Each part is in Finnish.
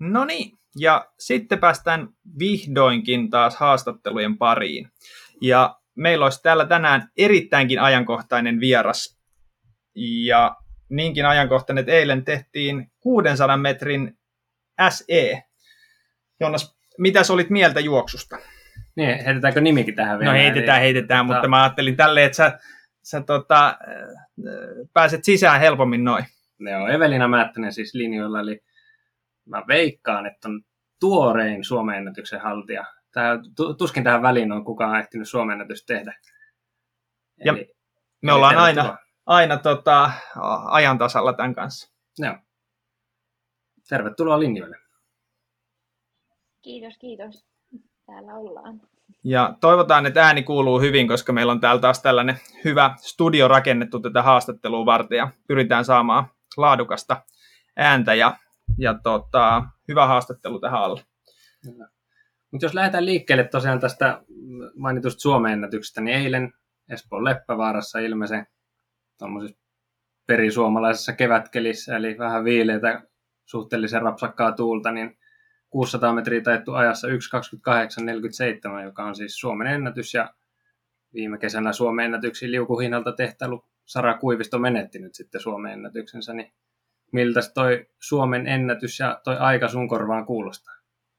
No niin, ja sitten päästään vihdoinkin taas haastattelujen pariin. Ja meillä olisi täällä tänään erittäinkin ajankohtainen vieras. Ja niinkin ajankohtainen, että eilen tehtiin 600 metrin SE. Jonas, mitä sä olit mieltä juoksusta? Niin, heitetäänkö nimikin tähän vielä? No heitetään, mutta mä ajattelin tälleen, että sä pääset sisään helpommin noin. Joo, Evelina Määttänen siis linjoilla, eli mä veikkaan, että on tuorein Suomen ennätyksen haltija. Tuskin tähän väliin on kukaan ehtinyt Suomen ennätys tehdä. Ja me ollaan aina ajan tasalla tämän kanssa. Joo. Tervetuloa linjoille. Kiitos. Täällä ollaan. Ja toivotaan, että ääni kuuluu hyvin, koska meillä on täällä taas tällainen hyvä studio rakennettu tätä haastattelua varten ja pyritään saamaan laadukasta ääntä ja hyvä haastattelu tähän alle. Mutta jos lähdetään liikkeelle tosiaan tästä mainitusta Suomen ennätyksestä, niin eilen Espoon Leppävaarassa ilmeisen tuommoisessa perisuomalaisessa kevätkelissä, eli vähän viileitä, suhteellisen rapsakkaa tuulta, niin 600 metriä taittu ajassa 1.28.47, joka on siis Suomen ennätys, ja viime kesänä Suomen ennätyksiin liukuhinnalta tehtailu Sara Kuivisto menetti nyt sitten Suomen ennätyksensä, niin miltä toi Suomen ennätys ja toi aika sun korvaan kuulostaa?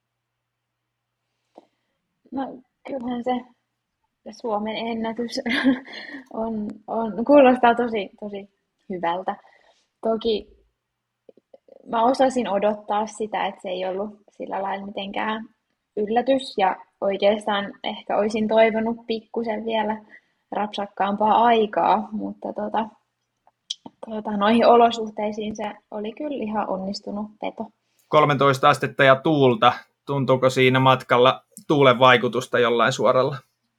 No kyllähän se Suomen ennätys kuulostaa tosi hyvältä. Toki mä osasin odottaa sitä, että se ei ollut sillä lailla mitenkään yllätys ja oikeastaan ehkä olisin toivonut pikkusen vielä rapsakkaampaa aikaa, mutta noihin olosuhteisiin se oli kyllä ihan onnistunut veto. 13 astetta ja tuulta. Tuntuuko siinä matkalla tuulen vaikutusta jollain suoralla?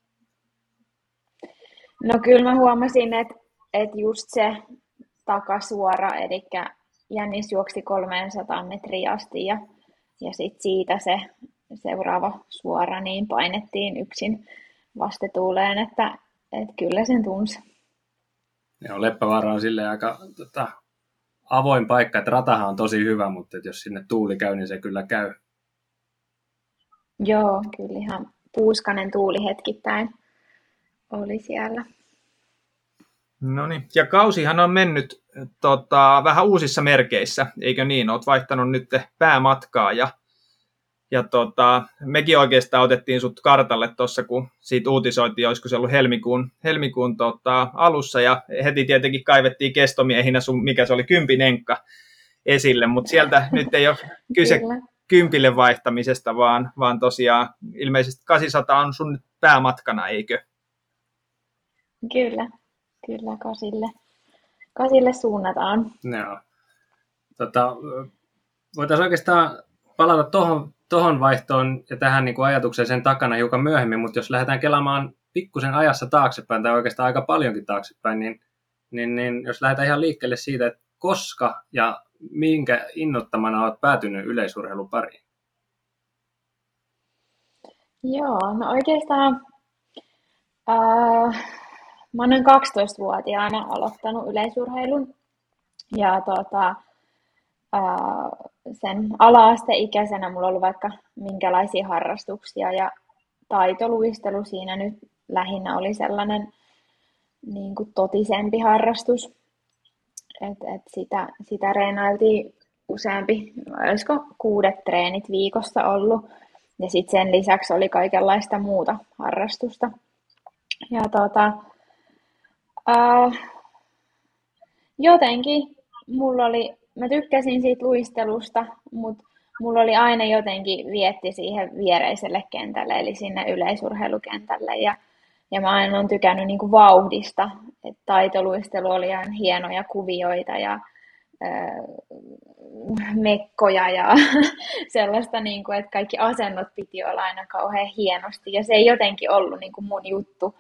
No kyllä mä huomasin, että just se takasuora, eli jännis juoksi 300 metriä asti ja sitten siitä se seuraava suora niin painettiin yksin vastetuuleen, että kyllä sen tunsi. Joo, Leppävaara on silleen aika avoin paikka, että ratahan on tosi hyvä, mutta jos sinne tuuli käy, niin se kyllä käy. Joo, kyllä ihan puuskanen tuuli hetkittäin oli siellä. No niin, ja kausihan on mennyt vähän uusissa merkeissä, eikö niin? Olet vaihtanut nyt päämatkaa ja mekin oikeastaan otettiin sut kartalle tuossa, kun siitä uutisoitiin, olisiko se ollut helmikuun alussa, ja heti tietenkin kaivettiin kestomiehinä mikä se oli, kympinenkka esille, mutta sieltä nyt ei ole kyse kympille vaihtamisesta, vaan tosiaan ilmeisesti 800 on sun päämatkana, eikö? Kyllä kasille suunnataan. Joo. Voitaisiin oikeastaan palata tuohon vaihtoon ja tähän niin kuin ajatukseen sen takana hiukan myöhemmin, mutta jos lähdetään kelaamaan pikkusen ajassa taaksepäin, tai oikeastaan aika paljonkin taaksepäin, niin jos lähdetään ihan liikkeelle siitä, että koska ja minkä innottamana olet päätynyt yleisurheilun pariin? Joo, no oikeastaan mä olen 12-vuotiaana aloittanut yleisurheilun ja sen ala-asteikäisenä mulla on ollut vaikka minkälaisia harrastuksia ja taitoluistelu siinä nyt lähinnä oli sellainen niin kuin totisempi harrastus, että sitä reenailtiin useampi, olisiko 6 treenit viikossa ollut ja sitten sen lisäksi oli kaikenlaista muuta harrastusta ja jotenkin mä tykkäsin siitä luistelusta, mutta mulla oli aina jotenkin vietti siihen viereiselle kentälle, eli sinne yleisurheilukentälle. Ja mä aina olen tykännyt niin kuin vauhdista, että taitoluistelu oli ihan hienoja kuvioita ja mekkoja ja sellaista, niin kuin, että kaikki asennot piti olla aina kauhean hienosti. Ja se ei jotenkin ollut niin kuin mun juttu.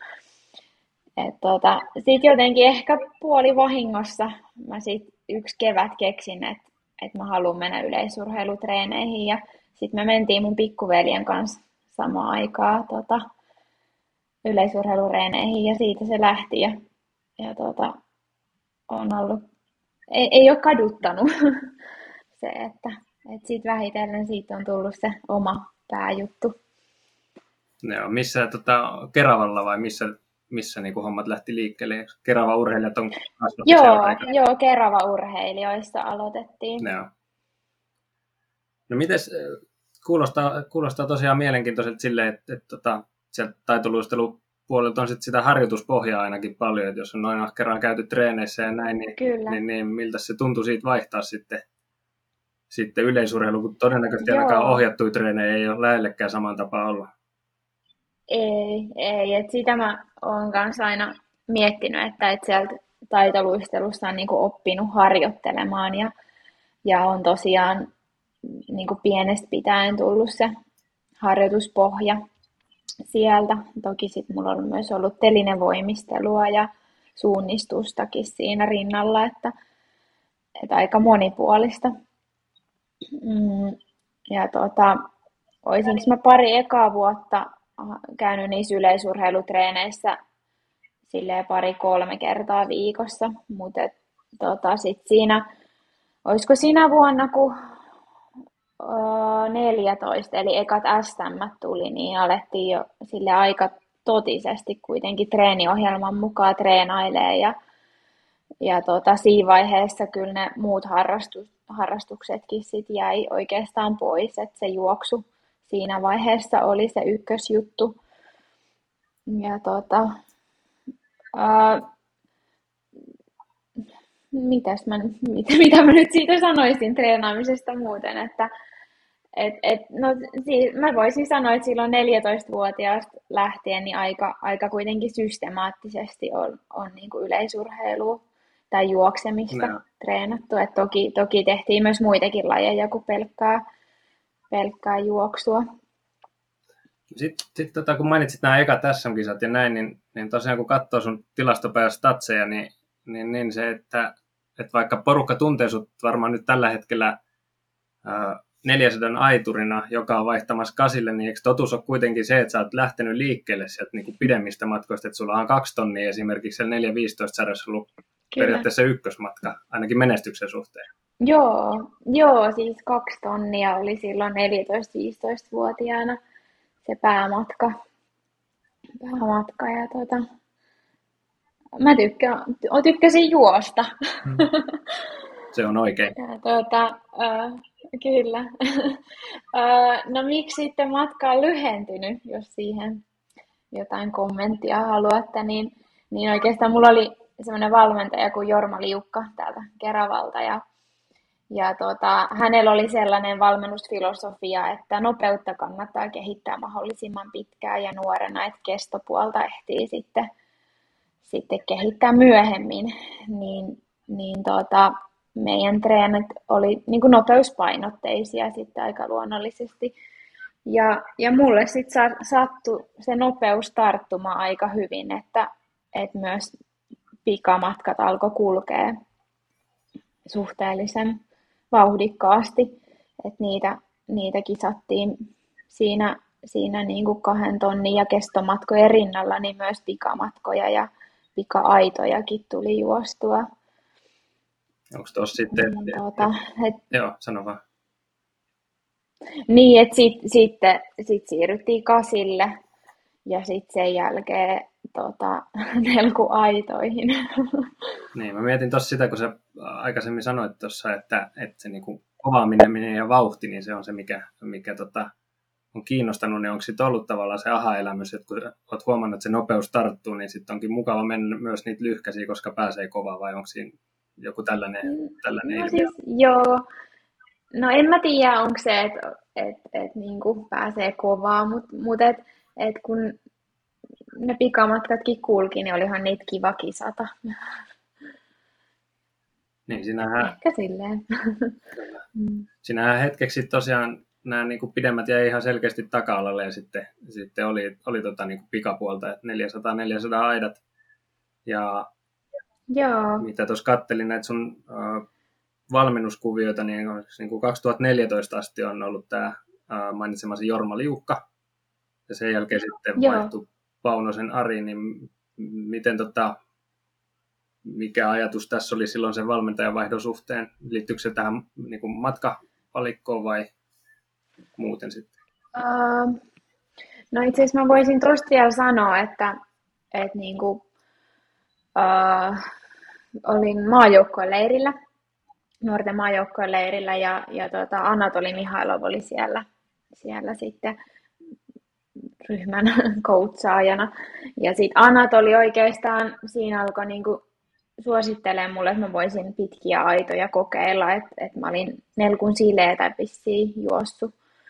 Sitten jotenkin ehkä puolivahingossa mä yksi kevät keksin, että mä haluan mennä yleisurheilutreeneihin ja sitten me mentiin mun pikkuveljen kanssa samaan aikaan yleisurheilureeneihin ja siitä se lähti ja on ollut, ei ole kaduttanut se, että Et sit vähitellen siitä on tullut se oma pääjuttu. Joo, missä Keravalla vai missä niin kuin hommat lähti liikkeelle? Kerava urheilijat on kasvatti seura. Joo, Kerava urheilijoista aloitettiin. Joo. No mites, kuulostaa tosiaan mielenkiintoiselta silleen, että sieltä taitoluistelupuolelta on sit sitä harjoituspohjaa ainakin paljon, että jos on noin kerran käyty treeneissä ja näin, niin miltä se tuntui siitä vaihtaa sitten yleisurheilu, kun todennäköisesti ainakaan ohjattuja treenejä ei ole lähellekään saman tapaa olla. Ei, että sitä mä oon kanssa aina miettinyt, että sieltä taitoluistelusta on niinku oppinut harjoittelemaan ja on tosiaan niinku pienestä pitäen tullut se harjoituspohja sieltä. Toki sitten mulla on myös ollut telinevoimistelua ja suunnistustakin siinä rinnalla, että aika monipuolista. Ja olisinko mä pari ekaa vuotta käynyt niissä yleisurheilutreeneissä silleen 2-3 kertaa viikossa, mutta sitten siinä, olisiko siinä vuonna kun 14, eli ekat SM tuli, niin alettiin jo sille aika totisesti kuitenkin treeniohjelman mukaan treenailee ja siinä vaiheessa kyllä ne muut harrastuksetkin sit jäi oikeastaan pois, että se juoksu siinä vaiheessa oli se ykkösjuttu. Ja mitä mä nyt siitä sanoisin treenaamisesta muuten, että mä voisin sanoa, että silloin 14-vuotiaasta lähtien niin aika kuitenkin systemaattisesti on niin kuin yleisurheilua tai juoksemista treenattu. Et toki tehtiin myös muitakin lajeja kuin pelkkää juoksua. Sitten kun mainitsit nämä ekat SM-kisat ja näin, niin tosiaan kun katsoo sun tilastopäivän statseja, niin se, että vaikka porukka tuntee sut varmaan nyt tällä hetkellä 400 aiturina, joka on vaihtamassa kasille, niin eikö totuus ole kuitenkin se, että sä oot lähtenyt liikkeelle sieltä niin kuin pidemmistä matkoista, että sulla on 2 tonnia esimerkiksi siellä 4-15-sarjassa ollut periaatteessa ykkösmatka, ainakin menestyksen suhteen. Joo, siis 2 tonnia oli silloin 14-15-vuotiaana se päämatka ja mä tykkäsin juosta. Se on oikein. Ja kyllä. No miksi sitten matka on lyhentynyt, jos siihen jotain kommenttia haluatte, niin oikeastaan mulla oli semmoinen valmentaja kuin Jorma Liukka täältä Keravalta ja hänellä oli sellainen valmennusfilosofia, että nopeutta kannattaa kehittää mahdollisimman pitkään ja nuorena, että kestopuolta ehtii sitten kehittää myöhemmin, niin meidän treenit oli niin kuin nopeuspainotteisia sitten aika luonnollisesti. Ja mulle sitten sattui se nopeus tarttumaan aika hyvin, että myös pikamatkat alkoi kulkea suhteellisen vauhdikkaasti, että niitä kisattiin siinä niin kuin 2 tonnin ja kestomatkojen rinnalla, niin myös pikamatkoja ja pika-aitojakin tuli juostua. Onko tuossa sitten... Joo, sano vaan. Niin, että sitten siirryttiin kasille ja sitten sen jälkeen nelkuaitoihin. Niin, mä mietin tuossa sitä, kun sä aikaisemmin sanoit tuossa, että se niinku kovaaminen ja vauhti, niin se on se, mikä on kiinnostanut, niin onko sitten ollut tavallaan se aha-elämys, että kun olet huomannut, että se nopeus tarttuu, niin sitten onkin mukava mennä myös niitä lyhkäisiä, koska pääsee kovaa, vai onko siinä joku tällainen ilmiö? Siis, joo. No en mä tiedä, onko se, että niinku pääsee kovaa, mutta kun ne pikamatkatkin kulki, niin olihan niitä kiva kisata. Niin, sinähän... Ehkä silleen. Sinähän hetkeksi tosiaan nämä niin pidemmät jäi ihan selkeästi taka-alalle ja sitten oli niin pikapuolta, että 400 aidat. Ja joo. Mitä tuossa kattelin näitä sun valmennuskuvioita, niin 2014 asti on ollut tämä mainitsemasi Jorma Liukka. Ja sen jälkeen sitten vaihtui Paunosen Ari, niin miten mikä ajatus tässä oli silloin sen valmentajan vaihdon suhteen? Liittyykö se tähän niin palikkoon vai muuten sitten? No itse asiassa mä voisin tosta vielä sanoa, että niinku, olin maajoukkueleirillä, nuorten maajoukkueleirillä ja Anatoli Mihailov oli siellä sitten ryhmän coachaajana. Ja sitten Anatoli oikeastaan siinä alkoi niinku suosittelemaan mulle, että mä voisin pitkiä aitoja kokeilla, että mä olin nelkun sileetä vissiin juossut.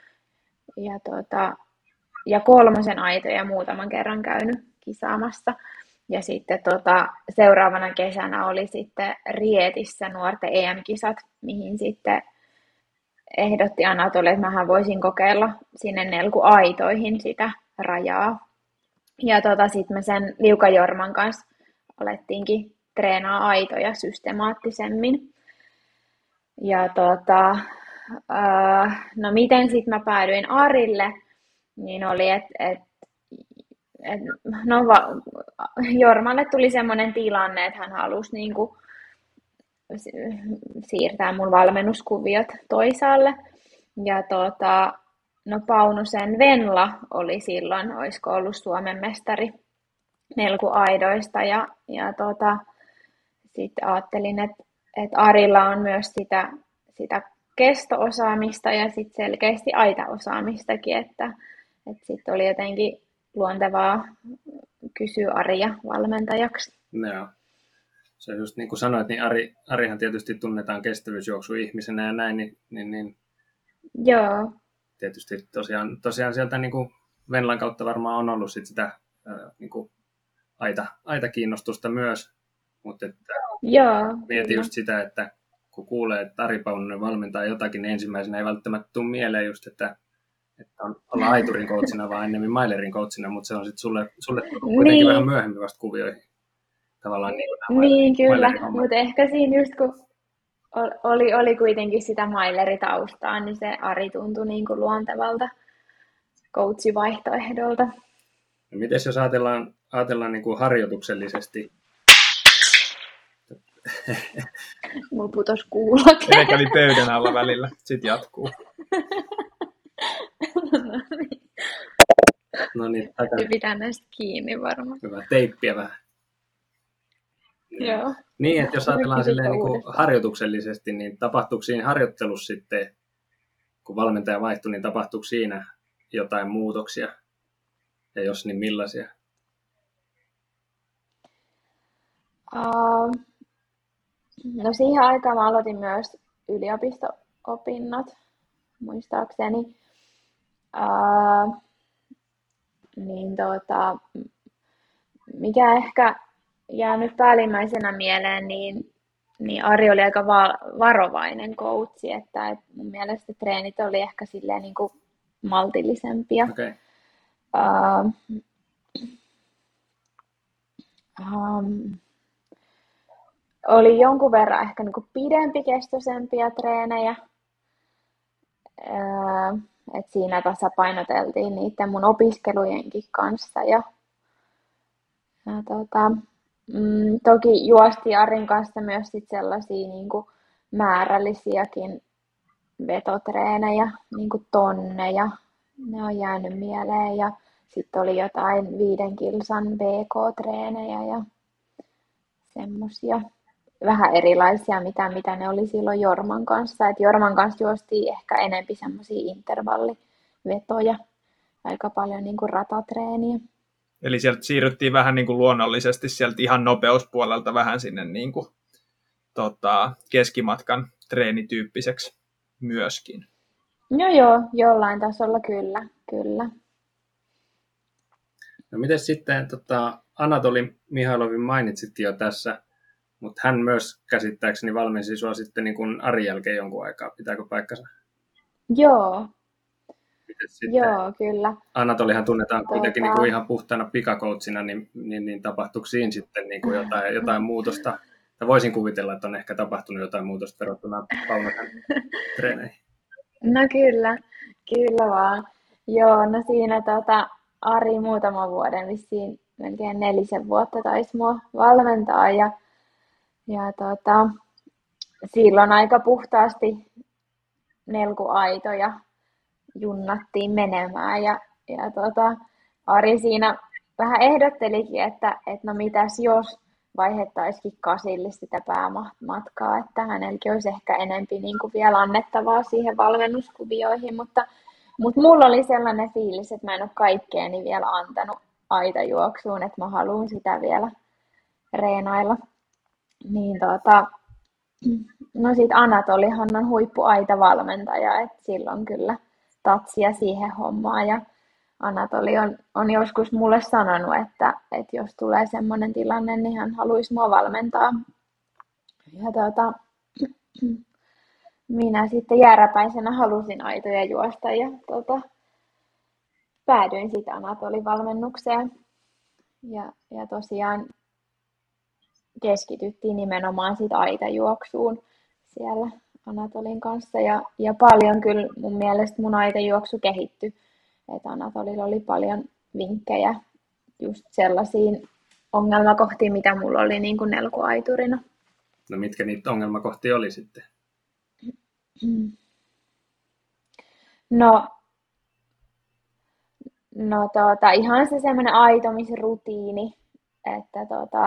Ja 3 aitoja muutaman kerran käynyt kisaamassa. Ja sitten seuraavana kesänä oli sitten Rietissä nuorten EM-kisat, mihin sitten ehdotti Anatoli, että mähän voisin kokeilla sinne nelkuaitoihin sitä rajaa. Ja sitten me sen Liuka Jorman kanssa alettiinkin treenaa aitoja systemaattisemmin. Ja no miten sitten mä päädyin Arille, niin oli, Jormalle tuli semmoinen tilanne, että hän halusi niinku siirtää mun valmennuskuviot toisaalle. Ja no Paunusen Venla oli silloin, olisiko ollut Suomen mestari nelkuaidoista. Ja sitten ajattelin, että Arilla on myös sitä kesto-osaamista ja sitten selkeästi aitaosaamistakin, että sitten oli jotenkin luontevaa kysyä Aria valmentajaksi. Joo. Se just niin kuin sanoit, niin Arihan tietysti tunnetaan kestävyysjuoksuihmisenä ja näin, niin Joo. Tietysti tosiaan sieltä niin kuin Venlan kautta varmaan on ollut sit sitä niin kuin aitakiinnostusta myös, mutta mietin just sitä, että kun kuulee, että Ari Paunonen valmentaa jotakin, niin ensimmäisenä ei välttämättä tule mieleen just, että ollaan aiturin coachina, vaan ennemmin mailerin coachina, mutta se on sitten sulle kuitenkin vähän myöhemmin vasta kuvioihin. Tavallaan niin kyllä, mutta ehkä siinä just kun oli kuitenkin sitä maileritaustaa, niin se Ari tuntui niin kuin luontevalta coachivaihtoehdolta. No mites jos ajatellaan niin kuin harjoituksellisesti? Mun putos kuulokkeet. Ne kävi pöydän alla välillä, sitten jatkuu. No niin, pitää näistä kiinni varmaan. Hyvä, teippiä vähän. Joo. Niin, että jos ajatellaan silleen niin kuin harjoituksellisesti, niin tapahtuuko siinä harjoittelussa sitten, kun valmentaja vaihtui, niin tapahtuuko siinä jotain muutoksia? Ja jos, niin millaisia? No siihen aikaan mä aloitin myös yliopisto-opinnot, muistaakseni. Mikä ehkä jäänyt päällimmäisenä mieleen, niin Ari oli aika varovainen coachi, että mun mielestä treenit oli ehkä silleen niin kuin maltillisempia. Okay. Oli jonkun verran ehkä niin kuin pidempikestoisempia treenejä. Et siinä tasapainoteltiin niiden mun opiskelujenkin kanssa. Toki juosti Arin kanssa myös sit sellaisia niin kuin määrällisiäkin vetotreenejä, niin kuin tonneja. Ne on jäänyt mieleen. Ja sitten oli jotain 5 kilsan BK-treenejä ja semmosia vähän erilaisia, mitä ne oli silloin Jorman kanssa. Et Jorman kanssa juostiin ehkä enempi semmoisia intervallivetoja, aika paljon niin kuin ratatreeniä. Eli sieltä siirryttiin vähän niin kuin luonnollisesti sieltä ihan nopeuspuolelta vähän sinne niin kuin, keskimatkan treenityyppiseksi myöskin. No joo, jollain tasolla kyllä. No miten sitten Anatoli Mihailovin mainitsitkin jo tässä, mutta hän myös käsittääkseni valmensi sua sitten niin kuin Arin jälkeen jonkun aikaa. Pitääkö paikkansa? Joo. Joo, kyllä. Anatolihan tunnetaan kuitenkin niin kuin ihan puhtaana pikakoutsina, niin tapahtuiko siinä sitten niin kuin jotain muutosta? Ja voisin kuvitella, että on ehkä tapahtunut jotain muutosta verrattuna Paunosen treeneihin. No kyllä vaan. Joo, no siinä Ari muutaman vuoden, vissiin melkein 4 vuotta taisi mua valmentaa ja silloin aika puhtaasti nelkuaitoja junnattiin menemään Ari siinä vähän ehdottelikin, että no mitäs jos vaihettaisikin kasille sitä päämatkaa, että hänelläkin olisi ehkä enempi niin kuin vielä annettavaa siihen valmennuskuvioihin, mutta mulla oli sellainen fiilis, että mä en ole kaikkeeni vielä antanut aitajuoksuun, että mä haluan sitä vielä reenailla. Niin no sit Anatolihan on huippuaitavalmentaja, että silloin kyllä tatsia siihen hommaan ja Anatoli on joskus mulle sanonut, että jos tulee semmoinen tilanne, niin hän haluaisi mua valmentaa. Ja minä sitten jääräpäisenä halusin aitoja juosta ja päädyin sitten Anatolin valmennukseen. Ja tosiaan keskityttiin nimenomaan sit aitajuoksuun siellä Anatolin kanssa. Ja paljon kyllä mun mielestä mun aitajuoksu kehittyi. Että Anatolilla oli paljon vinkkejä just sellaisiin ongelmakohtiin, mitä mulla oli niin kuin nelkuaiturina. No mitkä niitä ongelmakohtia oli sitten? No ihan se semmoinen aitomisrutiini, että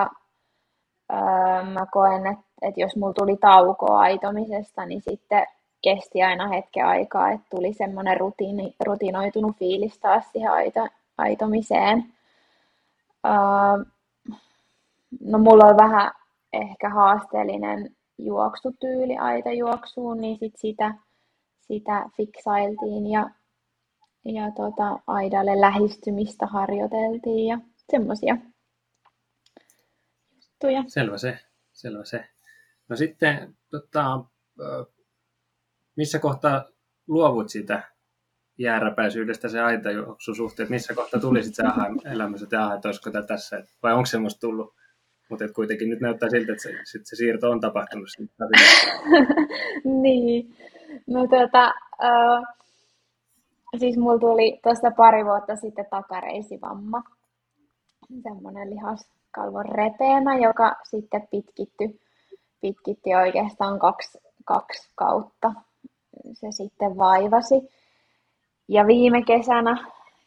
mä koen, että jos mulla tuli taukoa aitomisesta, niin sitten kesti aina hetken aikaa, että tuli semmoinen rutinoitunut fiilis taas siihen aitomiseen. No mulla on vähän ehkä haasteellinen juoksutyyli aitajuoksuun, niin sitä fiksailtiin ja aidalle lähestymistä harjoiteltiin ja semmoisia juttuja. Selvä se. No sitten missä kohtaa luovut siitä jääräpäisyydestä se aitajuoksun suhteen? Missä kohtaa tuli sitten se aha-elämys, että olisiko tämä tässä? Vai onko semmoista tullut? Mutta kuitenkin nyt näyttää siltä, että se siirto on tapahtunut. Niin. No siis mulla tuli tuossa pari vuotta sitten takareisivamma. Semmoinen lihaskalvon repeämä, joka sitten pitkitti oikeastaan kaksi kautta. Se sitten vaivasi. Ja viime kesänä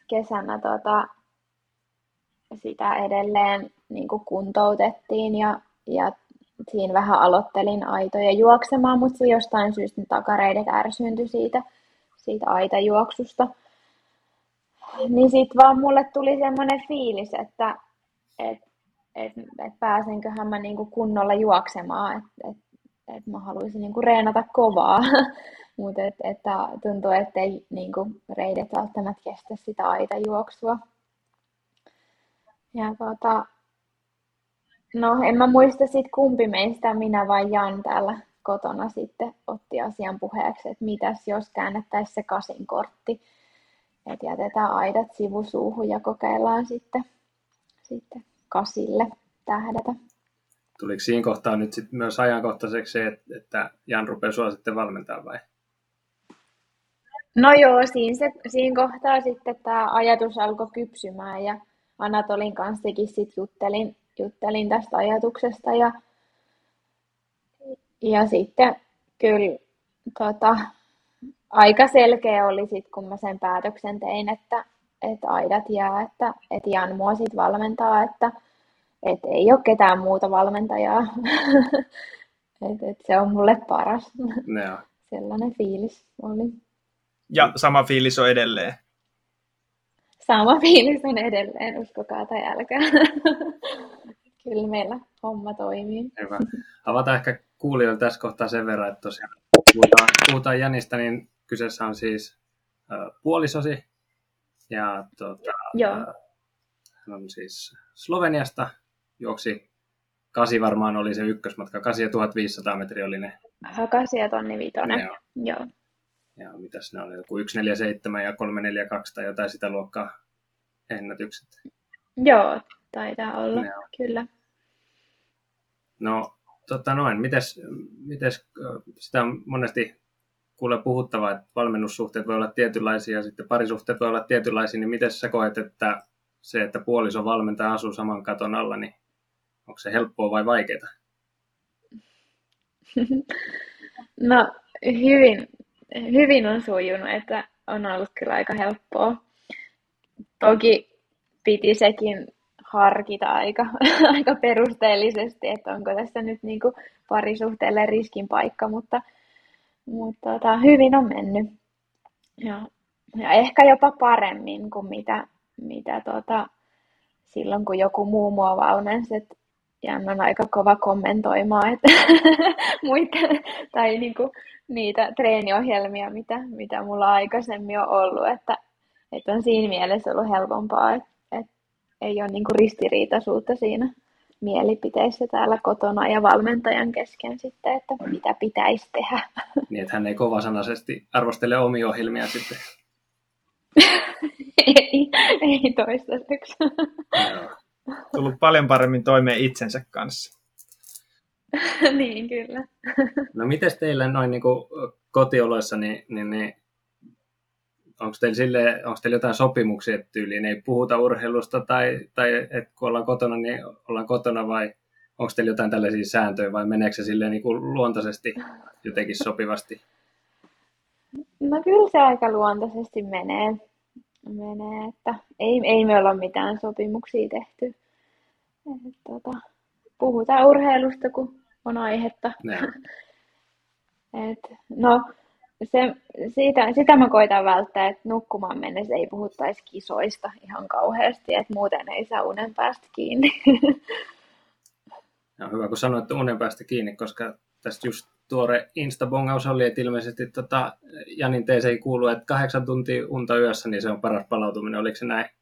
sitä edelleen niin kuin kuntoutettiin ja siinä vähän aloittelin aitoja juoksemaan, mutta se jostain syystä takareidet ärsyyntyi siitä aitajuoksusta. Niin sitten vaan mulle tuli semmoinen fiilis, että pääsenköhän mä niinku kunnolla juoksemaan, että mä haluaisin niinku reenata kovaa, mutta että tuntuu, ettei niinku reidet välttämättä kestä sitä aitajuoksua. Ja no en mä muista sitten kumpi meistä, minä vai Jan täällä kotona sitten otti asian puheeksi, että mitäs jos käännettäisiin se kasin kortti, että jätetään aidat sivusuuhun ja kokeillaan sitten kasille tähdätä. Tuliko siinä kohtaa nyt sitten myös ajankohtaiseksi se, että Jan rupeaa sua sitten valmentaa vai? No joo, siinä kohtaa sitten tämä ajatus alkoi kypsymään ja Anatolin kanssakin sitten juttelin tästä ajatuksesta ja sitten kyllä aika selkeä oli sitten, kun mä sen päätöksen tein, että aidat jää, että Jan mua sitten valmentaa, että ei ole ketään muuta valmentajaa. että se on mulle paras. No. Sellainen fiilis oli. Ja sama fiilis on edelleen. Sama fiilis on edelleen, uskokaa tai älkää. Kyllä meillä homma toimii. Hyvä. Avataan ehkä kuulijoille tässä kohtaa sen verran, että tosiaan puhutaan Janista, niin kyseessä on siis puolisosi. Ja hän on siis Sloveniasta, juoksi 8 varmaan oli se ykkösmatka, 8 ja 1500 metriä oli ne. 8 ja 1500, joo. Ja mitäs ne oli, joku 147 ja 342 tai jotain sitä luokkaa ennätykset. Joo, taitaa olla, kyllä. No, mites sitä on monesti kuulee puhuttavaa, että valmennussuhteet voi olla tietynlaisia ja sitten parisuhteet voi olla tietynlaisia, niin miten sä koet, että se, että puoliso valmentaja asuu saman katon alla, niin onko se helppoa vai vaikeaa? No hyvin hyvin on sujunut, että on ollut kyllä aika helppoa. Toki piti sekin harkita aika perusteellisesti, että onko tässä nyt niin kuin parisuhteelle riskin paikka, mutta hyvin on mennyt. Ja ehkä jopa paremmin kuin mitä silloin, kun joku muu mua valmensi, että Jan on aika kova kommentoimaan, että tai niinku niitä treeniohjelmia, mitä mulla aikaisemmin on ollut, että on siinä mielessä ollut helpompaa, että ei ole niinku ristiriitaisuutta siinä mielipiteissä täällä kotona ja valmentajan kesken sitten, että mitä pitäisi tehdä. Niin, että hän ei kovasanaisesti arvostele omia ohjelmia sitten. ei toistaiseksi. Tullut paljon paremmin toimeen itsensä kanssa. Niin, kyllä. No mites teillä noin niin kuin kotioloissa, niin onko teillä jotain sopimuksia, että tyyliin ei puhuta urheilusta tai että kun ollaan kotona, niin ollaan kotona vai onko teillä jotain tällaisia sääntöjä vai meneekö se silleen niin kuin luontaisesti jotenkin sopivasti? No kyllä se aika luontaisesti menee että ei me olla mitään sopimuksia tehty. Puhutaan urheilusta, kun on aihetta. Sitä mä koitan välttää, että nukkumaan mennessä ei puhuttaisi kisoista ihan kauheasti, että muuten ei saa unen päästä kiinni. No, hyvä, kun sanoit unen päästä kiinni, koska tästä just tuore Insta-bongaus oli, että ilmeisesti Janin teeseen kuuluu, että 8 tuntia unta yössä, niin se on paras palautuminen. Oliko se näin?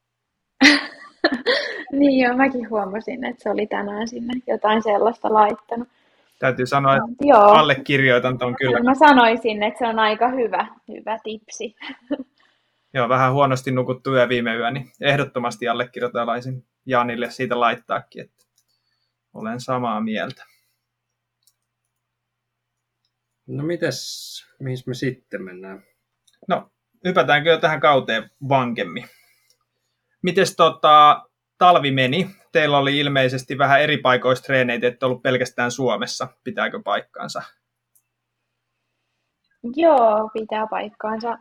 Niin joo, mäkin huomasin, että se oli tänään sinne jotain sellaista laittanut. Täytyy sanoa, että allekirjoitan ton kyllä. Mä sanoisin, että se on aika hyvä tipsi. Joo, vähän huonosti nukuttu yö viime yö, niin ehdottomasti allekirjoitalaisin Janille siitä laittaakin, että olen samaa mieltä. No mihin me sitten mennään? No, hypätäänkö jo tähän kauteen vankemmin? Mites talvi meni? Teillä oli ilmeisesti vähän eri paikoissa treeneitä, että ollut pelkästään Suomessa. Pitääkö paikkaansa? Joo, pitää paikkaansa.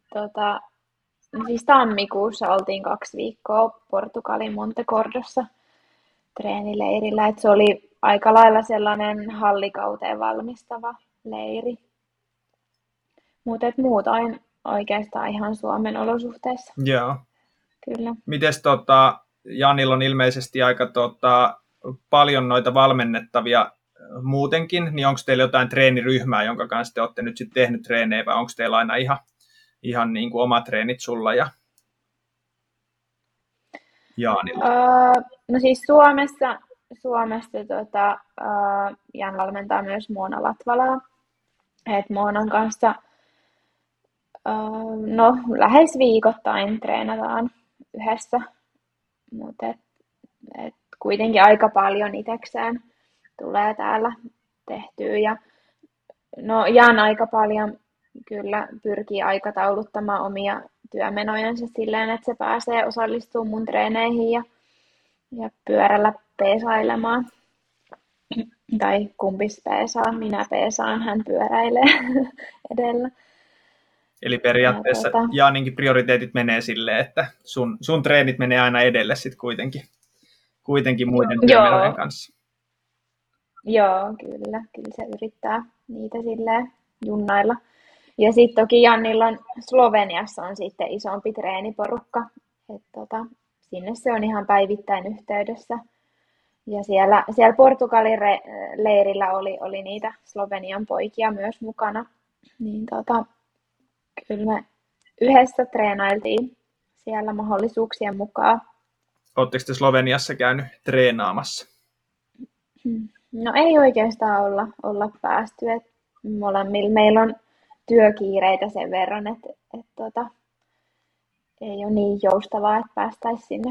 Siis tammikuussa oltiin 2 viikkoa Portugalin Montecordossa treenileirillä. Et se oli aika lailla sellainen hallikauteen valmistava leiri. Mutta muutoin oikeastaan ihan Suomen olosuhteissa. Joo. Kyllä. Mites Janilla on ilmeisesti aika paljon noita valmennettavia muutenkin, niin onko teillä jotain treeniryhmää, jonka kanssa te olette nyt sitten tehnyt treenejä, vai onko teillä aina ihan niin kuin omat treenit sulla ja Janilla? No siis Suomessa Jan valmentaa myös Moona Latvalaa. Et Moonan kanssa lähes viikoittain treenataan yhdessä, mutta et kuitenkin aika paljon itsekseen tulee täällä tehtyä. Ja no Jan aika paljon kyllä pyrkii aikatauluttamaan omia työmenojensa silleen, että se pääsee osallistumaan mun treeneihin ja pyörällä peesailemaan. Tai kumpis peesaa, minä peesaan, hän pyöräilee edellä. Eli periaatteessa Jaaninkin prioriteetit menee silleen, että sun treenit menee aina edelle sitten kuitenkin muiden työmenojen kanssa. Joo, kyllä se yrittää niitä silleen junnailla. Ja sitten toki Jannilla on Sloveniassa on sitten isompi treeniporukka, että sinne se on ihan päivittäin yhteydessä. Ja siellä Portugalin leirillä oli niitä Slovenian poikia myös mukana, niin kyllä me yhdessä treenailtiin siellä mahdollisuuksien mukaan. Oletteko te Sloveniassa käynyt treenaamassa? No ei oikeastaan olla päästy. Meillä on työkiireitä sen verran, että ei ole niin joustavaa, että päästäisiin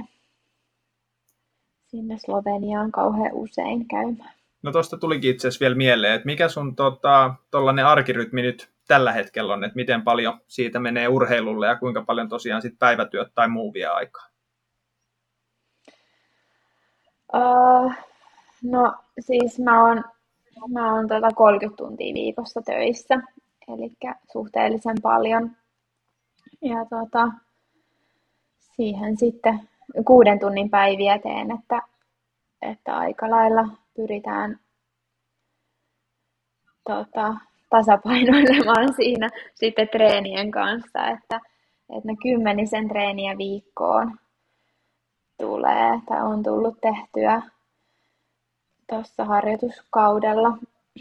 sinne Sloveniaan kauhean usein käymään. No tuosta tulikin itse asiassa vielä mieleen, että mikä sun tollainen arkirytmi nyt tällä hetkellä on, että miten paljon siitä menee urheilulle ja kuinka paljon tosiaan sit päivätyöt tai muu vie aikaa? No siis mä oon 30 tuntia viikossa töissä, eli suhteellisen paljon. Ja siihen sitten 6 tunnin päiviä teen, että aika lailla pyritään tasapainoilemaan siinä sitten treenien kanssa, että ne 10 treeniä viikkoon tulee tai on tullut tehtyä tuossa harjoituskaudella.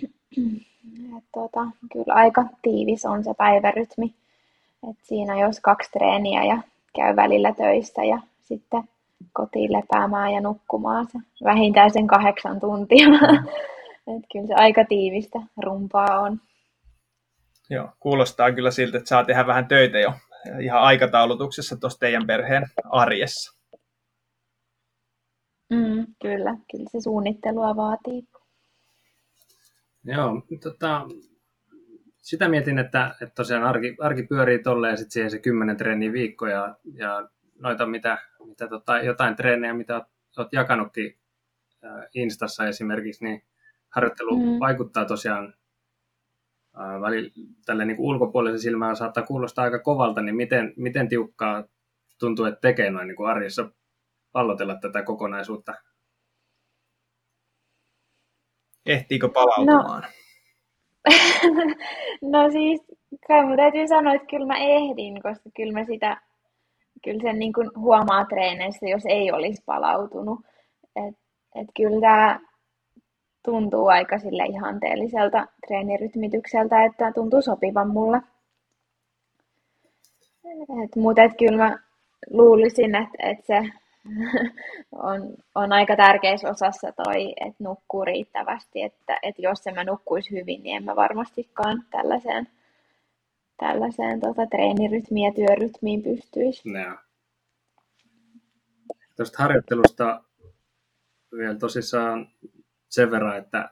Kyllä aika tiivis on se päivärytmi. Et siinä jos 2 treeniä ja käy välillä töissä ja sitten kotiin lepäämään ja nukkumaan se vähintään sen 8 tuntia. Et kyllä se aika tiivistä rumpaa on. Joo, kuulostaa kyllä siltä, että saa tehdä vähän töitä jo ihan aikataulutuksessa tuossa teidän perheen arjessa. Kyllä se suunnittelua vaatii. Joo, sitä mietin, että tosiaan arki pyörii tolleen ja sitten siihen se 10 treeniä viikko ja noita jotain treenejä, mitä olet jakanutkin Instassa esimerkiksi, niin harjoittelu vaikuttaa tosiaan tälle niin kuin ulkopuolisen silmään saattaa kuulostaa aika kovalta, niin miten tiukkaa tuntuu, että tekee noin niin kuin arjessa pallotella tätä kokonaisuutta? Ehtiikö palautumaan? No siis, kai mun täytyy sanoa, että kyllä mä ehdin, koska kyllä sen niin kuin huomaa treeneissä, jos ei olisi palautunut. Et kyllä tämä tuntuu aika sille ihanteelliselta treenirytmitykseltä, että tuntuu sopivan mulle. Mutta kyllä mä luulisin, että se on aika tärkeässä osassa toi, että nukkuu riittävästi. Että jos en mä nukkuisi hyvin, niin en mä varmastikaan tällaiseen treenirytmiin ja työrytmiin pystyisi. No. Tuosta harjoittelusta vielä tosissaan sen verran, että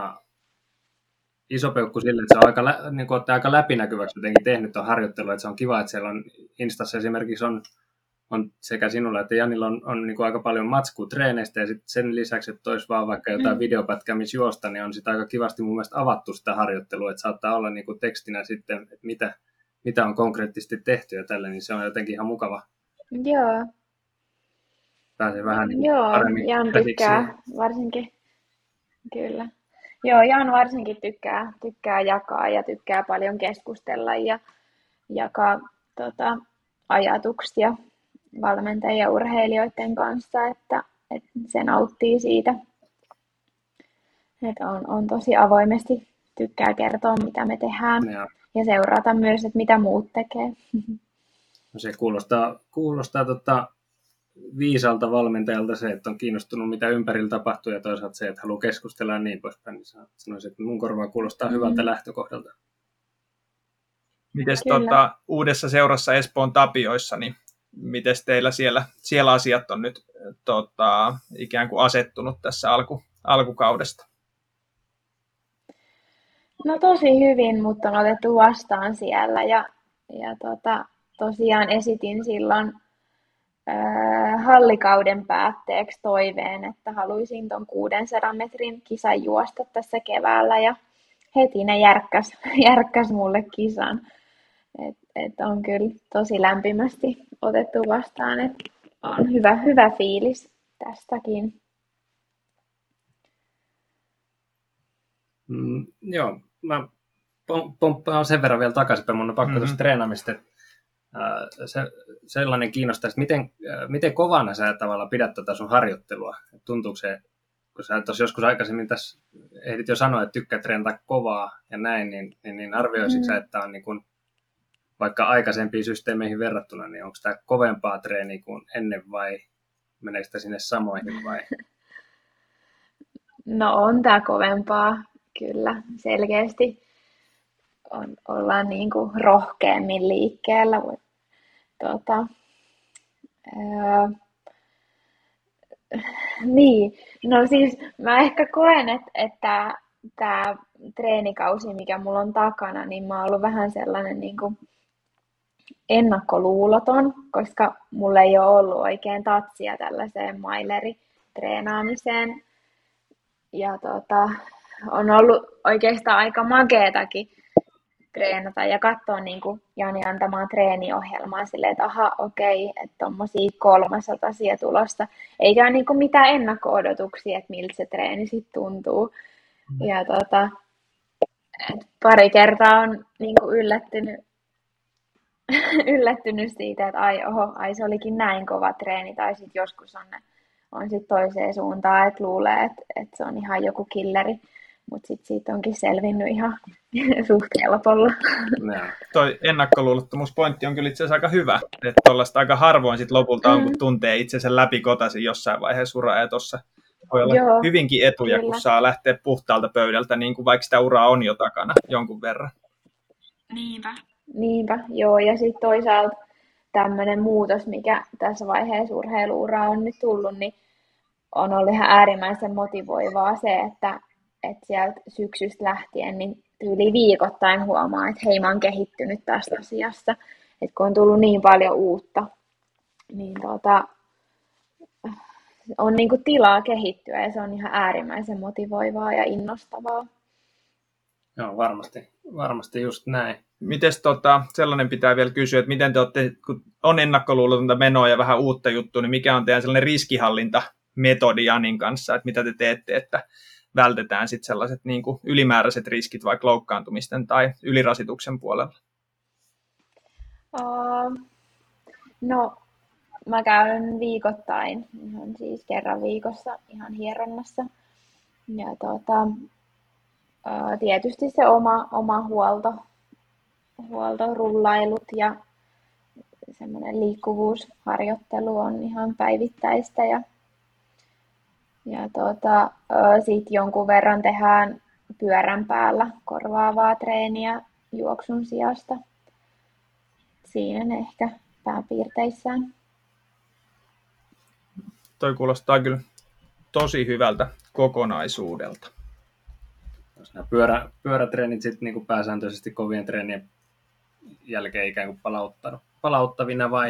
iso peukku sille, että se on aika läpinäkyväksi jotenkin tehnyt tuon harjoittelun, että se on kiva, että siellä on Instassa esimerkiksi on sekä sinulla että Janilla on niin kuin aika paljon matskua treeneistä ja sitten sen lisäksi, että olisi vaan vaikka jotain videopätkää, missä juosta, niin on sitä aika kivasti mun mielestä avattu sitä harjoittelua, että saattaa olla niin kuin tekstinä sitten, että mitä on konkreettisesti tehty ja tällä, niin se on jotenkin ihan mukava. Joo. Pääsee vähän niin paremmin Jan tykkää varsinkin. Kyllä. Joo, Jan varsinkin tykkää jakaa ja tykkää paljon keskustella ja jakaa ajatuksia valmentajien ja urheilijoiden kanssa, että se nauttii siitä. Että on tosi avoimesti tykkää kertoa, mitä me tehdään ja seurata myös, että mitä muut tekee. No se kuulostaa viisalta valmentajalta se, että on kiinnostunut mitä ympärillä tapahtuu ja toisaalta se, että haluaa keskustella ja niin poispäin. Niin sanoisin, että mun korvaan kuulostaa hyvältä lähtökohdalta. Mites uudessa seurassa Espoon Tapioissa, niin mites teillä siellä asiat on nyt ikään kuin asettunut tässä alkukaudesta? No tosi hyvin, mutta on otettu vastaan siellä ja tosiaan esitin silloin hallikauden päätteeksi toiveen, että haluaisin tuon 600 metrin kisan juosta tässä keväällä ja heti ne järkkäs mulle kisan. Et on kyllä tosi lämpimästi otettu vastaan, että on hyvä fiilis tästäkin. Joo, mä pomppaan sen verran vielä takaisinpäin, mun on pakko tuosta treenaamista, että sellainen kiinnostaa, että miten kovana sä tavallaan pidät tätä sun harjoittelua? Tuntuuko se, kun sä tuossa joskus aikaisemmin tässä ehdit jo sanoa, että tykkää treenata kovaa ja näin, niin arvioisitko sä, että on niin kuin, vaikka aikaisempiin systeemeihin verrattuna, niin onko tämä kovempaa treeniä kuin ennen vai meneekö sitä sinne samoihin vai? No on tämä kovempaa, kyllä, selkeästi. Ollaan niin kuin rohkeammin liikkeellä. Niin, no siis mä ehkä koen, että tämä treenikausi, mikä mulla on takana, niin mä oon ollut vähän sellainen niin kuin ennakkoluuloton, koska mulla ei ole ollut oikein tatsia tällaiseen maileritreenaamiseen. Ja on ollut oikeastaan aika makeetakin treenata ja katsoa niin kuin Jani antamaa treeniohjelmaa silleen, että aha, okei, että tommosia 300 tulosta. Eikä ole niin kuin mitään ennakko-odotuksia, että miltä se treeni sitten tuntuu. Ja et pari kertaa on niin kuin yllättynyt siitä, että ai se olikin näin kova treeni, tai sitten joskus on sit toiseen suuntaan, että luulee, että se on ihan joku killeri, mutta sitten siitä onkin selvinnyt ihan suht helpolla. Toi ennakkoluulottomuuspointti on kyllä itse asiassa aika hyvä, että tuollaista aika harvoin sit lopulta on, kun tuntee itsensä läpikotaisin jossain vaiheessa uraa, ja tuossa voi olla hyvinkin etuja, kyllä, kun saa lähteä puhtaalta pöydältä, niin kuin vaikka sitä uraa on jo takana jonkun verran. Niinpä, joo, ja sitten toisaalta tämmöinen muutos, mikä tässä vaiheessa urheilu-uraa on nyt tullut, niin on ollut ihan äärimmäisen motivoivaa se, että sieltä syksystä lähtien niin tyyli viikoittain huomaa, että hei, mä oon kehittynyt tästä asiassa. Että kun on tullut niin paljon uutta, niin on niinku tilaa kehittyä ja se on ihan äärimmäisen motivoivaa ja innostavaa. Joo, varmasti just näin. Mites sellainen pitää vielä kysyä, että miten te olette, kun on ennakkoluulotonta menoa ja vähän uutta juttua, niin mikä on teidän sellainen riskihallintametodi Janin kanssa, että mitä te teette, että vältetään sitten sellaiset niin kuin ylimääräiset riskit vaikka loukkaantumisten tai ylirasituksen puolella? No, mä käyn viikoittain, ihan siis kerran viikossa ihan hieronnassa. Ja tietysti se oma huolto, rullailut ja semmoinen liikkuvuusharjoittelu on ihan päivittäistä. Ja sitten jonkun verran tehdään pyörän päällä korvaavaa treeniä juoksun sijasta. Siinä ne ehkä pääpiirteissään. Toi kuulostaa kyllä tosi hyvältä kokonaisuudelta. Nämä pyörätreenit sitten niin kuin pääsääntöisesti kovien treenien jälkeen ikään kuin palauttavina vai?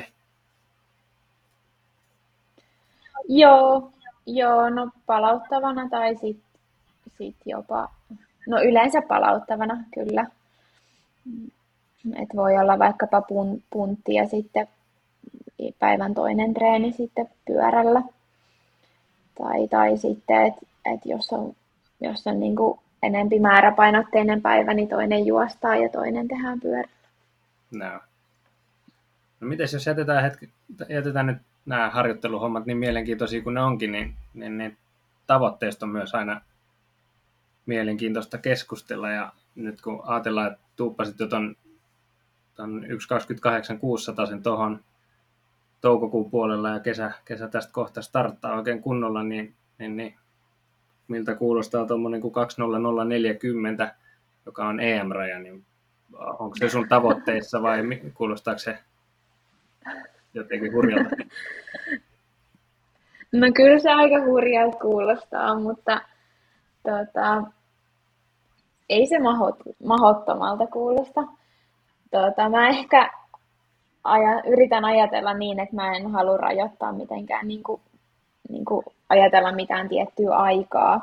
Joo, no palauttavana tai sit jopa, no yleensä palauttavana kyllä. Et voi olla vaikkapa puntti ja sitten päivän toinen treeni sitten pyörällä. Tai sitten, että jos on niinku enempi määräpainotteinen päivä, niin toinen juostaa ja toinen tehdään pyörällä. No mites jos jätetään nyt nämä harjoitteluhommat niin mielenkiintoisia kuin ne onkin, niin tavoitteista on myös aina mielenkiintoista keskustella. Ja nyt kun ajatellaan, että tuuppasit jo ton 1.28 600 sen tuohon toukokuun puolella ja kesä tästä kohta starttaa oikein kunnolla, niin miltä kuulostaa tuommoinen kuin 2.0040, joka on EM-raja, niin onko se sun tavoitteissa vai kuulostaako se jotenkin hurjalta? No kyllä se aika hurjalta kuulostaa, mutta ei se mahdottomalta kuulosta. Mä ehkä yritän ajatella niin, että mä en halua rajoittaa mitenkään niin kuin ajatella mitään tiettyä aikaa.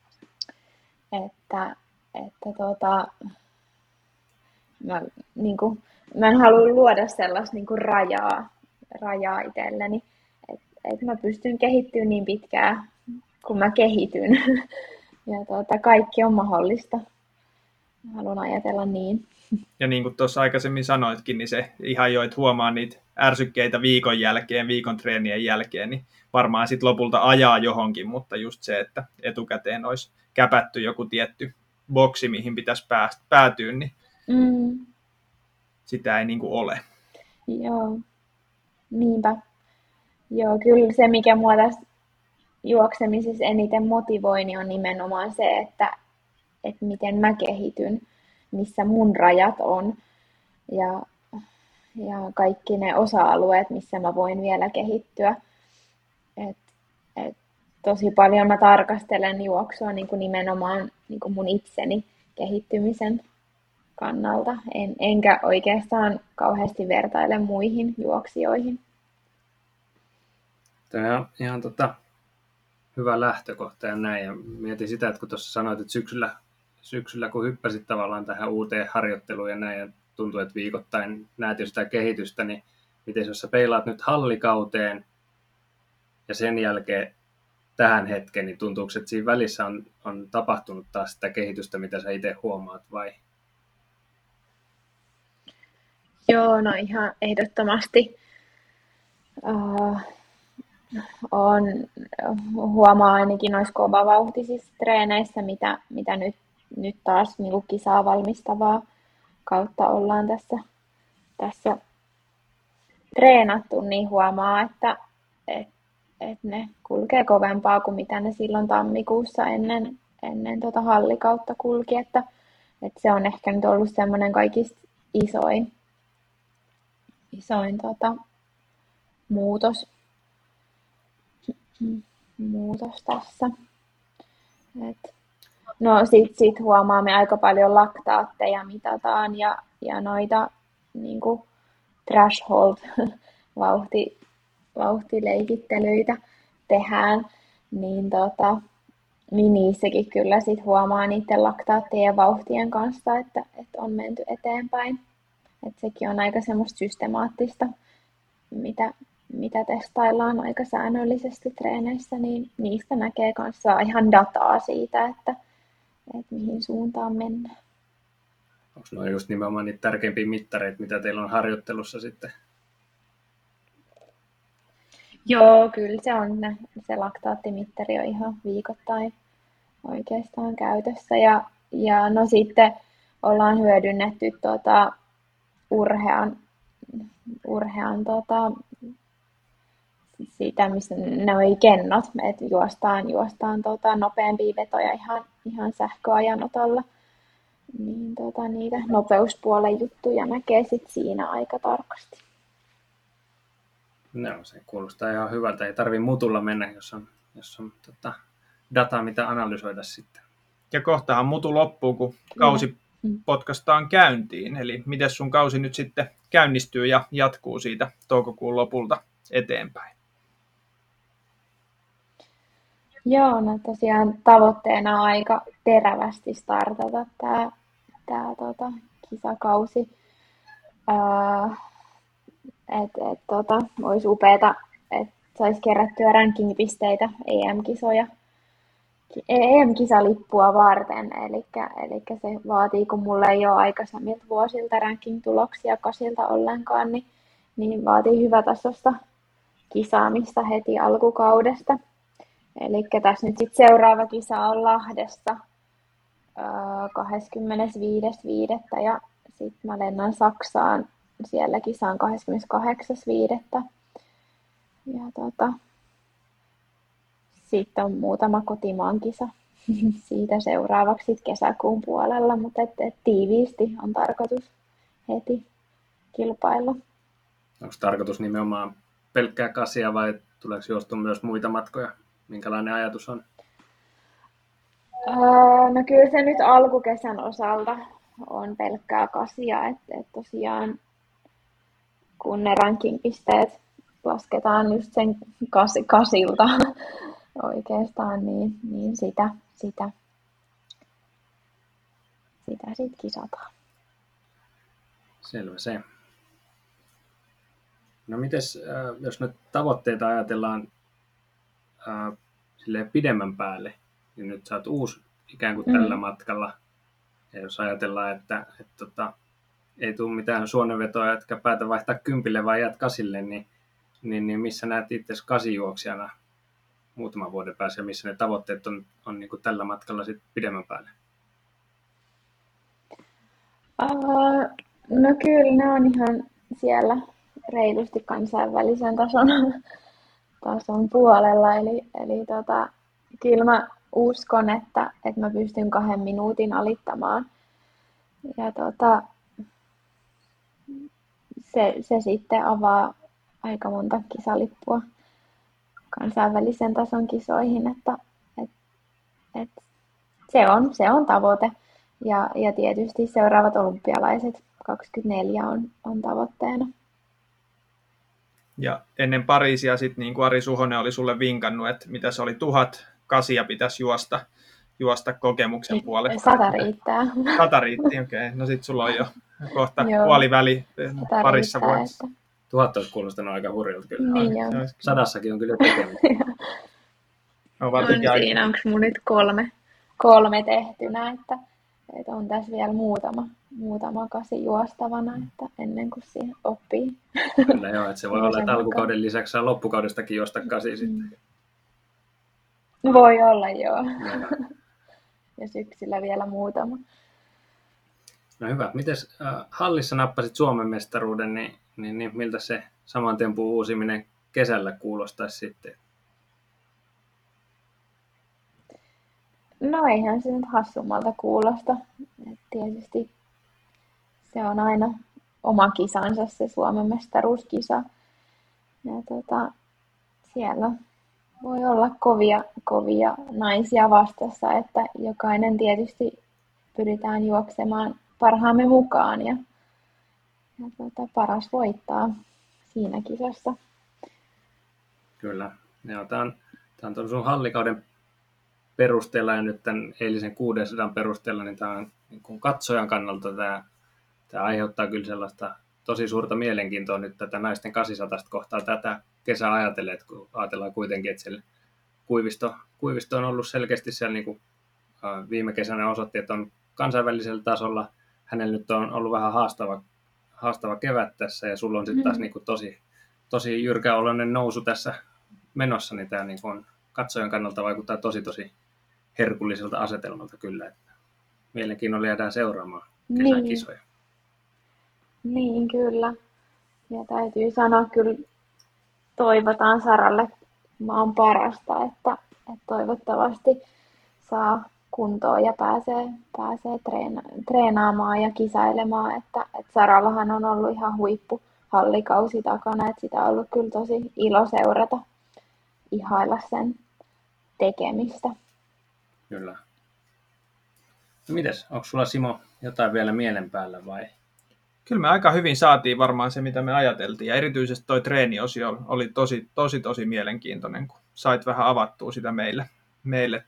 Mä en halua luoda sellaista niin kuin rajaa itselleni, että mä pystyn kehittymään niin pitkään, kun mä kehityn. Ja kaikki on mahdollista. Mä haluan ajatella niin. Ja niin kuin tuossa aikaisemmin sanoitkin, niin se ihan jo, että huomaa niitä ärsykkeitä viikon treenien jälkeen, niin varmaan sitten lopulta ajaa johonkin, mutta just se, että etukäteen olisi käpätty joku tietty boksi, mihin pitäisi päätyä, niin sitä ei niin kuin ole. Joo, niinpä. Joo, kyllä se, mikä mua tässä juoksemisessa eniten motivoi, niin on nimenomaan se, että miten mä kehityn, missä mun rajat on ja kaikki ne osa-alueet, missä mä voin vielä kehittyä. Tosi paljon mä tarkastelen juoksua niin kuin nimenomaan niin kuin mun itseni kehittymisen kannalta, enkä oikeastaan kauheasti vertaile muihin juoksijoihin. Tämä on ihan hyvä lähtökohta ja näin. Ja mietin sitä, että kun tuossa sanoit, että syksyllä syksyllä, kun hyppäsit tavallaan tähän uuteen harjoitteluun ja näin, ja tuntuu, että viikoittain näet jo sitä kehitystä, niin miten jos sä peilaat nyt hallikauteen ja sen jälkeen tähän hetkeen, niin tuntuuko, että siinä välissä on tapahtunut taas sitä kehitystä, mitä sä itse huomaat, vai? Joo, no ihan ehdottomasti. On, huomaa ainakin noissa kovavauhtisissa treeneissä, mitä nyt taas niin kuin kisaa valmistavaa kautta ollaan tässä treenattu, niin huomaa, että ne kulkee kovempaa kuin mitä ne silloin tammikuussa ennen hallikautta kulki, että se on ehkä nyt ollut semmoinen kaikista isoin muutos tässä. No sit huomaamme aika paljon laktaatteja mitataan ja noita niinku threshold vauhtileikittelyitä tehdään, niin niissäkin kyllä sit huomaa niiden laktaattien ja vauhtien kanssa, että on menty eteenpäin. Että sekin on aika semmoista systemaattista, mitä testaillaan aika säännöllisesti treeneissä, niin niistä näkee kanssa ihan dataa siitä, että mihin suuntaan mennään. Onko nuo just nimenomaan niitä tärkeimpiä mittareita, mitä teillä on harjoittelussa sitten? Joo, kyllä se on. Se laktaattimittari on ihan viikoittain oikeastaan käytössä. Ja no sitten ollaan hyödynnetty urhean siitä, missä ne oli kennot, että juostaan nopeampia vetoja ihan sähköajanotolla. Niin niitä nopeuspuolen juttuja näkee sit siinä aika tarkasti. No, se kuulostaa ihan hyvältä. Ei tarvitse mutulla mennä, jos on dataa, mitä analysoida sitten. Ja kohtahan mutu loppuu, kun kausi potkaistaan käyntiin. Eli miten sun kausi nyt sitten käynnistyy ja jatkuu siitä toukokuun lopulta eteenpäin? Joo, no tosiaan tavoitteena on aika terävästi startata tämä kisakausi. Olisi upeata, että saisi kerättyä ranking-pisteitä EM-kisalippua varten. Eli se vaatii, kun mulla ei ole aikaisemmilta vuosilta ranking-tuloksia kasilta ollenkaan, niin vaatii hyvätasoista kisaamista heti alkukaudesta. Eli tässä nyt sitten seuraava kisa on Lahdessa 25.5. ja sitten mä lennan Saksaan. Siellä kisaan 28.5. Ja sitten on muutama kotimaan kisa siitä seuraavaksi kesäkuun puolella, mutta tiiviisti on tarkoitus heti kilpailla. Onko tarkoitus nimenomaan pelkkää kasia vai tuleeko juostu myös muita matkoja? Minkälainen ajatus on? No kyllä se nyt alkukesän osalta on pelkkää kasia, että tosiaan kun ne ranking-pisteet lasketaan just sen kasilta oikeastaan, niin sitä sitten kisataan. Selvä se. No mites, jos nyt tavoitteita ajatellaan silleen pidemmän päälle, niin nyt sä oot uusi ikään kuin tällä matkalla. Ja jos ajatellaan, että ei tule mitään suonenvetoa, etkä päätä vaihtaa kympille vai jäät kasille, niin missä näet itsesi kasijuoksijana muutaman vuoden päässä ja missä ne tavoitteet on niin kuin tällä matkalla sit pidemmän päälle? No kyllä ne on ihan siellä reilusti kansainvälisen tason puolella, eli kyllä mä uskon, että mä pystyn 2 minuutin alittamaan. Ja se sitten avaa aika monta kisalippua kansainvälisen tason kisoihin, että se on tavoite. Ja tietysti seuraavat olympialaiset 24 on tavoitteena. Ja ennen Pariisia sitten, niin kuin Ari Suhonen oli sulle vinkannut, että mitä se oli 1000 kasia pitäisi juosta kokemuksen puolesta? 100 riittää. 100 riitti, okei. No sit sulla on jo kohta Joo, puoliväli 100 parissa riittää, vuodessa. että... 1000 olisi kuulostanut aika hurjalta kyllä. Niin Se on. olisi- 100:ssakin on kyllä tekemistä. on On varsinkin aika- siinä, onko mun nyt kolme tehtynä, että on tässä vielä muutama kasi juostavana, että ennen kuin siihen oppii. Kyllä joo, että se voi olla, että Sen alkukauden lisäksi saa loppukaudestakin juosta 8 sitten. Voi olla, joo. Ja syksyllä vielä muutama. No hyvä. Mites hallissa nappasit Suomen mestaruuden, niin miltä se saman tempun uusiminen kesällä kuulostaisi sitten? No eihän se nyt hassummalta kuulosta. Et tietysti se on aina oma kisansa, se Suomen mestaruuskisa. Ja siellä voi olla kovia naisia vastassa, että jokainen tietysti pyritään juoksemaan parhaamme mukaan ja paras voittaa siinä kisassa. Kyllä. Joo, tämä on tuon sun hallikauden perusteella ja nyt tämän eilisen 600 perusteella, niin tämä on niin kuin katsojan kannalta tämä aiheuttaa kyllä sellaista tosi suurta mielenkiintoa nyt tätä naisten 800 kohtaa tätä kesää ajatellen, että kun ajatellaan kuitenkin, että siellä Kuivisto on ollut selkeästi siellä niin kuin viime kesänä osoitti, että on kansainvälisellä tasolla. Hänellä nyt on ollut vähän haastava kevät tässä ja sulla on sitten taas niin kuin tosi jyrkäoloinen nousu tässä menossa, niin tämä niin kuin katsojan kannalta vaikuttaa tosi herkulliselta asetelmalta kyllä. Että mielenkiinnolla jäädään seuraamaan kesän kisoja. Niin, kyllä. Ja täytyy sanoa, kyllä toivotaan Saralle maan parasta, että toivottavasti saa kuntoon ja pääsee treenaamaan ja kisailemaan. Että Sarallahan on ollut ihan huippuhallikausi takana, että sitä on ollut kyllä tosi ilo seurata, ihailla sen tekemistä. Kyllä. No mites, onko sulla Simo jotain vielä mielen päällä vai? Kyllä me aika hyvin saatiin varmaan se, mitä me ajateltiin. Ja erityisesti toi treeniosio oli tosi mielenkiintoinen, kun sait vähän avattua sitä meille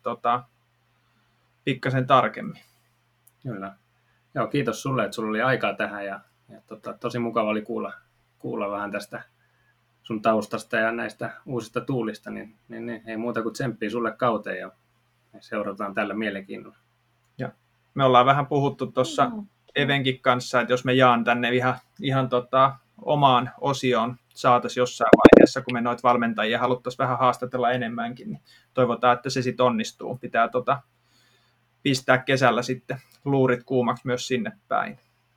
pikkasen tarkemmin. Kyllä. Joo, kiitos sulle, että sulla oli aikaa tähän ja tosi mukava oli kuulla vähän tästä sun taustasta ja näistä uusista tuulista, niin ei muuta kuin tsemppiä sulle kauteen ja seurataan tällä mielenkiinnolla. Ja me ollaan vähän puhuttu tuossa Evenkin kanssa, että jos me jaan tänne ihan omaan osioon saataisiin jossain vaiheessa, kun me noita valmentajia haluttaisiin vähän haastatella enemmänkin, niin toivotaan, että se sitten onnistuu. Pitää pistää kesällä sitten luurit kuumaksi myös sinne päin.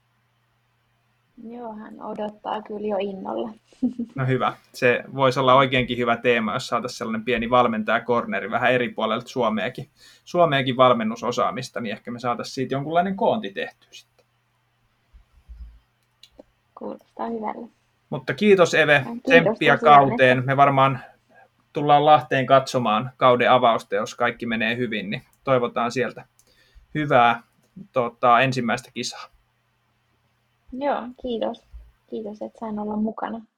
Joo, hän odottaa kyllä jo innolla. No hyvä. Se voisi olla oikeinkin hyvä teema, jos saataisiin sellainen pieni valmentajakorneri vähän eri puolelta Suomeakin valmennusosaamista, niin ehkä me saataisiin siitä jonkunlainen koonti tehtyä sitten. Kuulostaa hyvälle. Mutta kiitos Eve, Kiitos tsemppiä tosiaan, kauteen. että... Me varmaan tullaan Lahteen katsomaan kauden avausta, jos kaikki menee hyvin, niin toivotaan sieltä hyvää ensimmäistä kisaa. Joo, kiitos. Kiitos, että sain olla mukana.